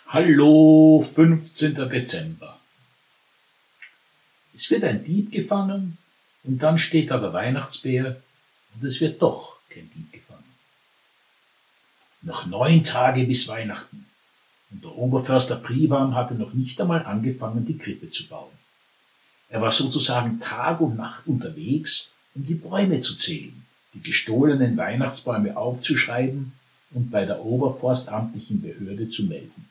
Hallo, 15. Dezember. Es wird ein Dieb gefangen und dann steht da der Weihnachtsbär und es wird doch kein Dieb gefangen. Noch 9 Tage bis Weihnachten und der Oberförster Privan hatte noch nicht einmal angefangen, die Krippe zu bauen. Er war sozusagen Tag und Nacht unterwegs, um die Bäume zu zählen, die gestohlenen Weihnachtsbäume aufzuschreiben und bei der oberforstamtlichen Behörde zu melden.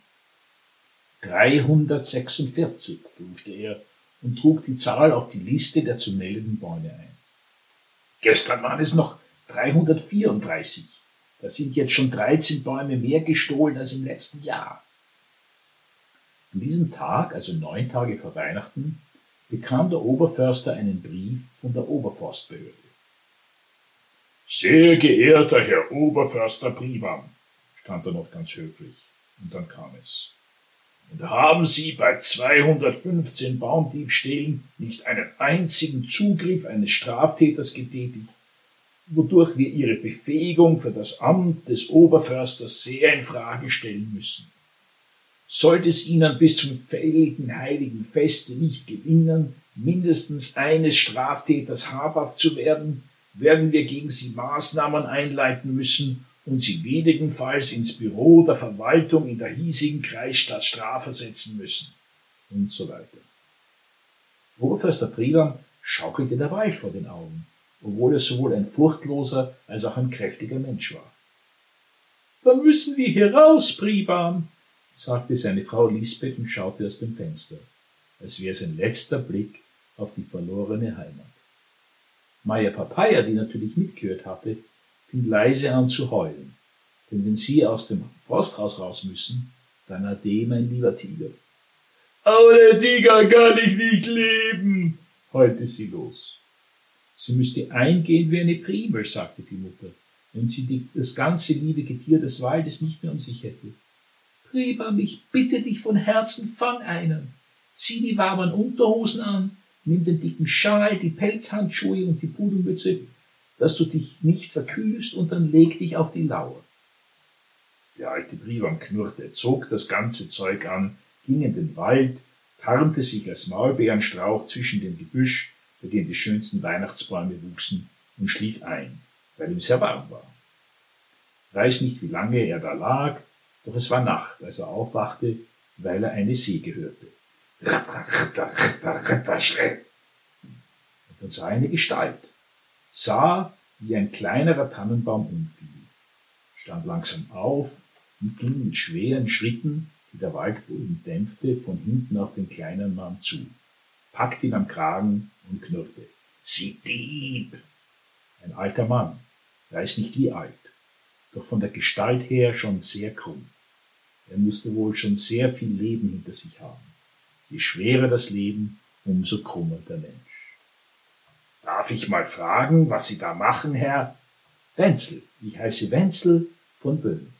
346, fluchte er und trug die Zahl auf die Liste der zu meldenden Bäume ein. Gestern waren es noch 334. Da sind jetzt schon 13 Bäume mehr gestohlen als im letzten Jahr. An diesem Tag, also 9 Tage vor Weihnachten, bekam der Oberförster einen Brief von der Oberforstbehörde. Sehr geehrter Herr Oberförster Privan, stand da noch ganz höflich, und dann kam es. Und haben Sie bei 215 Baumdiebstählen nicht einen einzigen Zugriff eines Straftäters getätigt, wodurch wir Ihre Befähigung für das Amt des Oberförsters sehr in Frage stellen müssen. Sollte es Ihnen bis zum fälligen heiligen Feste nicht gelingen, mindestens eines Straftäters habhaft zu werden, werden wir gegen Sie Maßnahmen einleiten müssen und Sie wenigenfalls ins Büro der Verwaltung in der hiesigen Kreisstadt strafversetzen müssen, und so weiter. Oberförster Privan schaukelte der Wald vor den Augen, obwohl er sowohl ein furchtloser als auch ein kräftiger Mensch war. »Dann müssen wir hier raus, Privan«, sagte seine Frau Lisbeth und schaute aus dem Fenster, als wäre sein letzter Blick auf die verlorene Heimat. Maja Papaya, die natürlich mitgehört hatte, fing leise an zu heulen, denn wenn sie aus dem Forsthaus raus müssen, dann ade, mein lieber Tiger. »Ohne Tiger kann ich nicht leben«, heulte sie los. Sie müsste eingehen wie eine Primel, sagte die Mutter, wenn sie das ganze liebe Getier des Waldes nicht mehr um sich hätte. »Privan, ich bitte dich von Herzen, fang einen. Zieh die warmen Unterhosen an, nimm den dicken Schal, die Pelzhandschuhe und die Pudelmütze, dass du dich nicht verkühlst, und dann leg dich auf die Lauer.« Der alte Privan knurrte, zog das ganze Zeug an, ging in den Wald, tarnte sich als Maulbeerenstrauch zwischen dem Gebüsch, bei dem die schönsten Weihnachtsbäume wuchsen, und schlief ein, weil ihm sehr warm war. Weiß nicht, wie lange er da lag, doch es war Nacht, als er aufwachte, weil er eine Säge hörte. Und dann sah er eine Gestalt, sah, wie ein kleinerer Tannenbaum umfiel, stand langsam auf und ging mit schweren Schritten, die der Waldboden dämpfte, von hinten auf den kleinen Mann zu, packte ihn am Kragen und knurrte. »Sie Dieb!« Ein alter Mann, weiß nicht wie alt, doch von der Gestalt her schon sehr krumm. Er musste wohl schon sehr viel Leben hinter sich haben. Je schwerer das Leben, umso krummer der Mensch. »Darf ich mal fragen, was Sie da machen, Herr?« »Wenzel, ich heiße Wenzel von Böhmen.«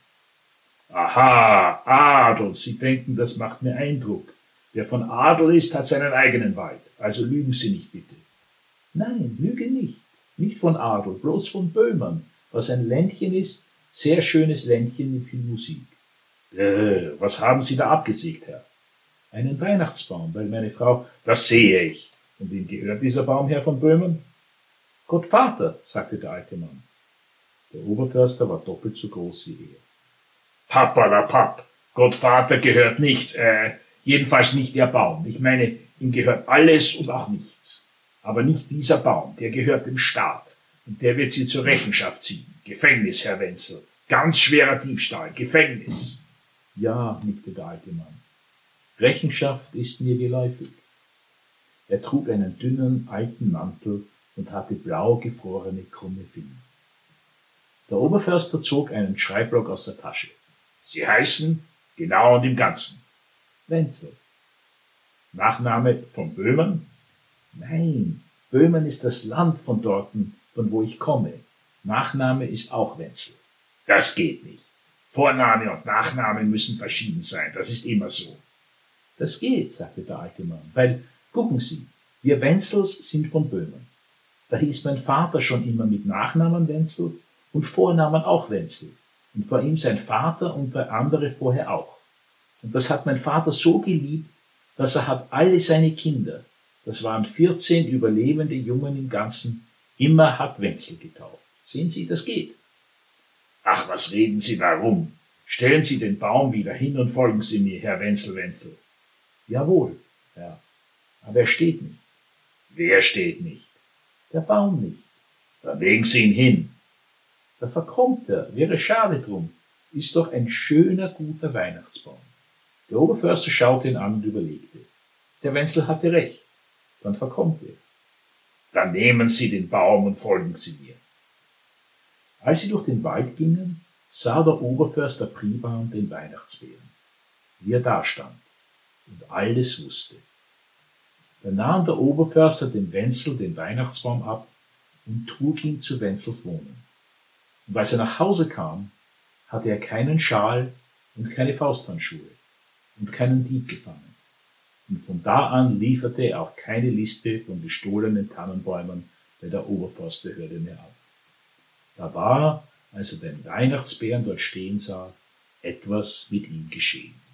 »Aha, Adel, Sie denken, das macht mir Eindruck. Wer von Adel ist, hat seinen eigenen Wald, also lügen Sie nicht bitte.« »Nein, lüge nicht, nicht von Adel, bloß von Böhmen, was ein Ländchen ist, sehr schönes Ländchen mit viel Musik.« »Was haben Sie da abgesägt, Herr?« »Einen Weihnachtsbaum, weil meine Frau...« »Das sehe ich. Und wem gehört dieser Baum, Herr von Böhmen?« »Gott Vater«, sagte der alte Mann. Der Oberförster war doppelt so groß wie er. »Pappalapapp, Gott Vater gehört nichts, jedenfalls nicht der Baum. Ich meine, ihm gehört alles und auch nichts. Aber nicht dieser Baum, der gehört dem Staat. Und der wird Sie zur Rechenschaft ziehen. Gefängnis, Herr Wenzel. Ganz schwerer Diebstahl, Gefängnis.« »Ja«, nickte der alte Mann. »Rechenschaft ist mir geläufig.« Er trug einen dünnen, alten Mantel und hatte blau gefrorene, krumme Finger. Der Oberförster zog einen Schreibblock aus der Tasche. »Sie heißen, genau und im Ganzen?« »Wenzel.« »Nachname von Böhmen?« »Nein, Böhmen ist das Land von dorten, von wo ich komme. Nachname ist auch Wenzel.« »Das geht nicht. Vorname und Nachname müssen verschieden sein. Das ist immer so.« »Das geht«, sagte der alte Mann, »weil, gucken Sie, wir Wenzels sind von Böhmen. Da hieß mein Vater schon immer mit Nachnamen Wenzel und Vornamen auch Wenzel und vor ihm sein Vater und der andere vorher auch. Und das hat mein Vater so geliebt, dass er hat alle seine Kinder, das waren 14 überlebende Jungen im Ganzen, immer hat Wenzel getauft. Sehen Sie, das geht. Ach, was reden Sie da rum? Stellen Sie den Baum wieder hin und folgen Sie mir, Herr Wenzel. Jawohl, Herr. Aber er steht nicht. Wer steht nicht? Der Baum nicht. Dann legen Sie ihn hin. Da verkommt er, wäre schade drum. Ist doch ein schöner, guter Weihnachtsbaum. Der Oberförster schaute ihn an und überlegte. Der Wenzel hatte recht. Dann verkommt er. Dann nehmen Sie den Baum und folgen Sie mir. Als sie durch den Wald gingen, sah der Oberförster Priban den Weihnachtsbären, wie er dastand und alles wusste. Da nahm der Oberförster dem Wenzel den Weihnachtsbaum ab und trug ihn zu Wenzels Wohnung. Und als er nach Hause kam, hatte er keinen Schal und keine Fausthandschuhe und keinen Dieb gefangen. Und von da an lieferte er auch keine Liste von gestohlenen Tannenbäumen bei der Oberforstbehörde mehr ab. Da war, als er den Weihnachtsbären dort stehen sah, etwas mit ihm geschehen.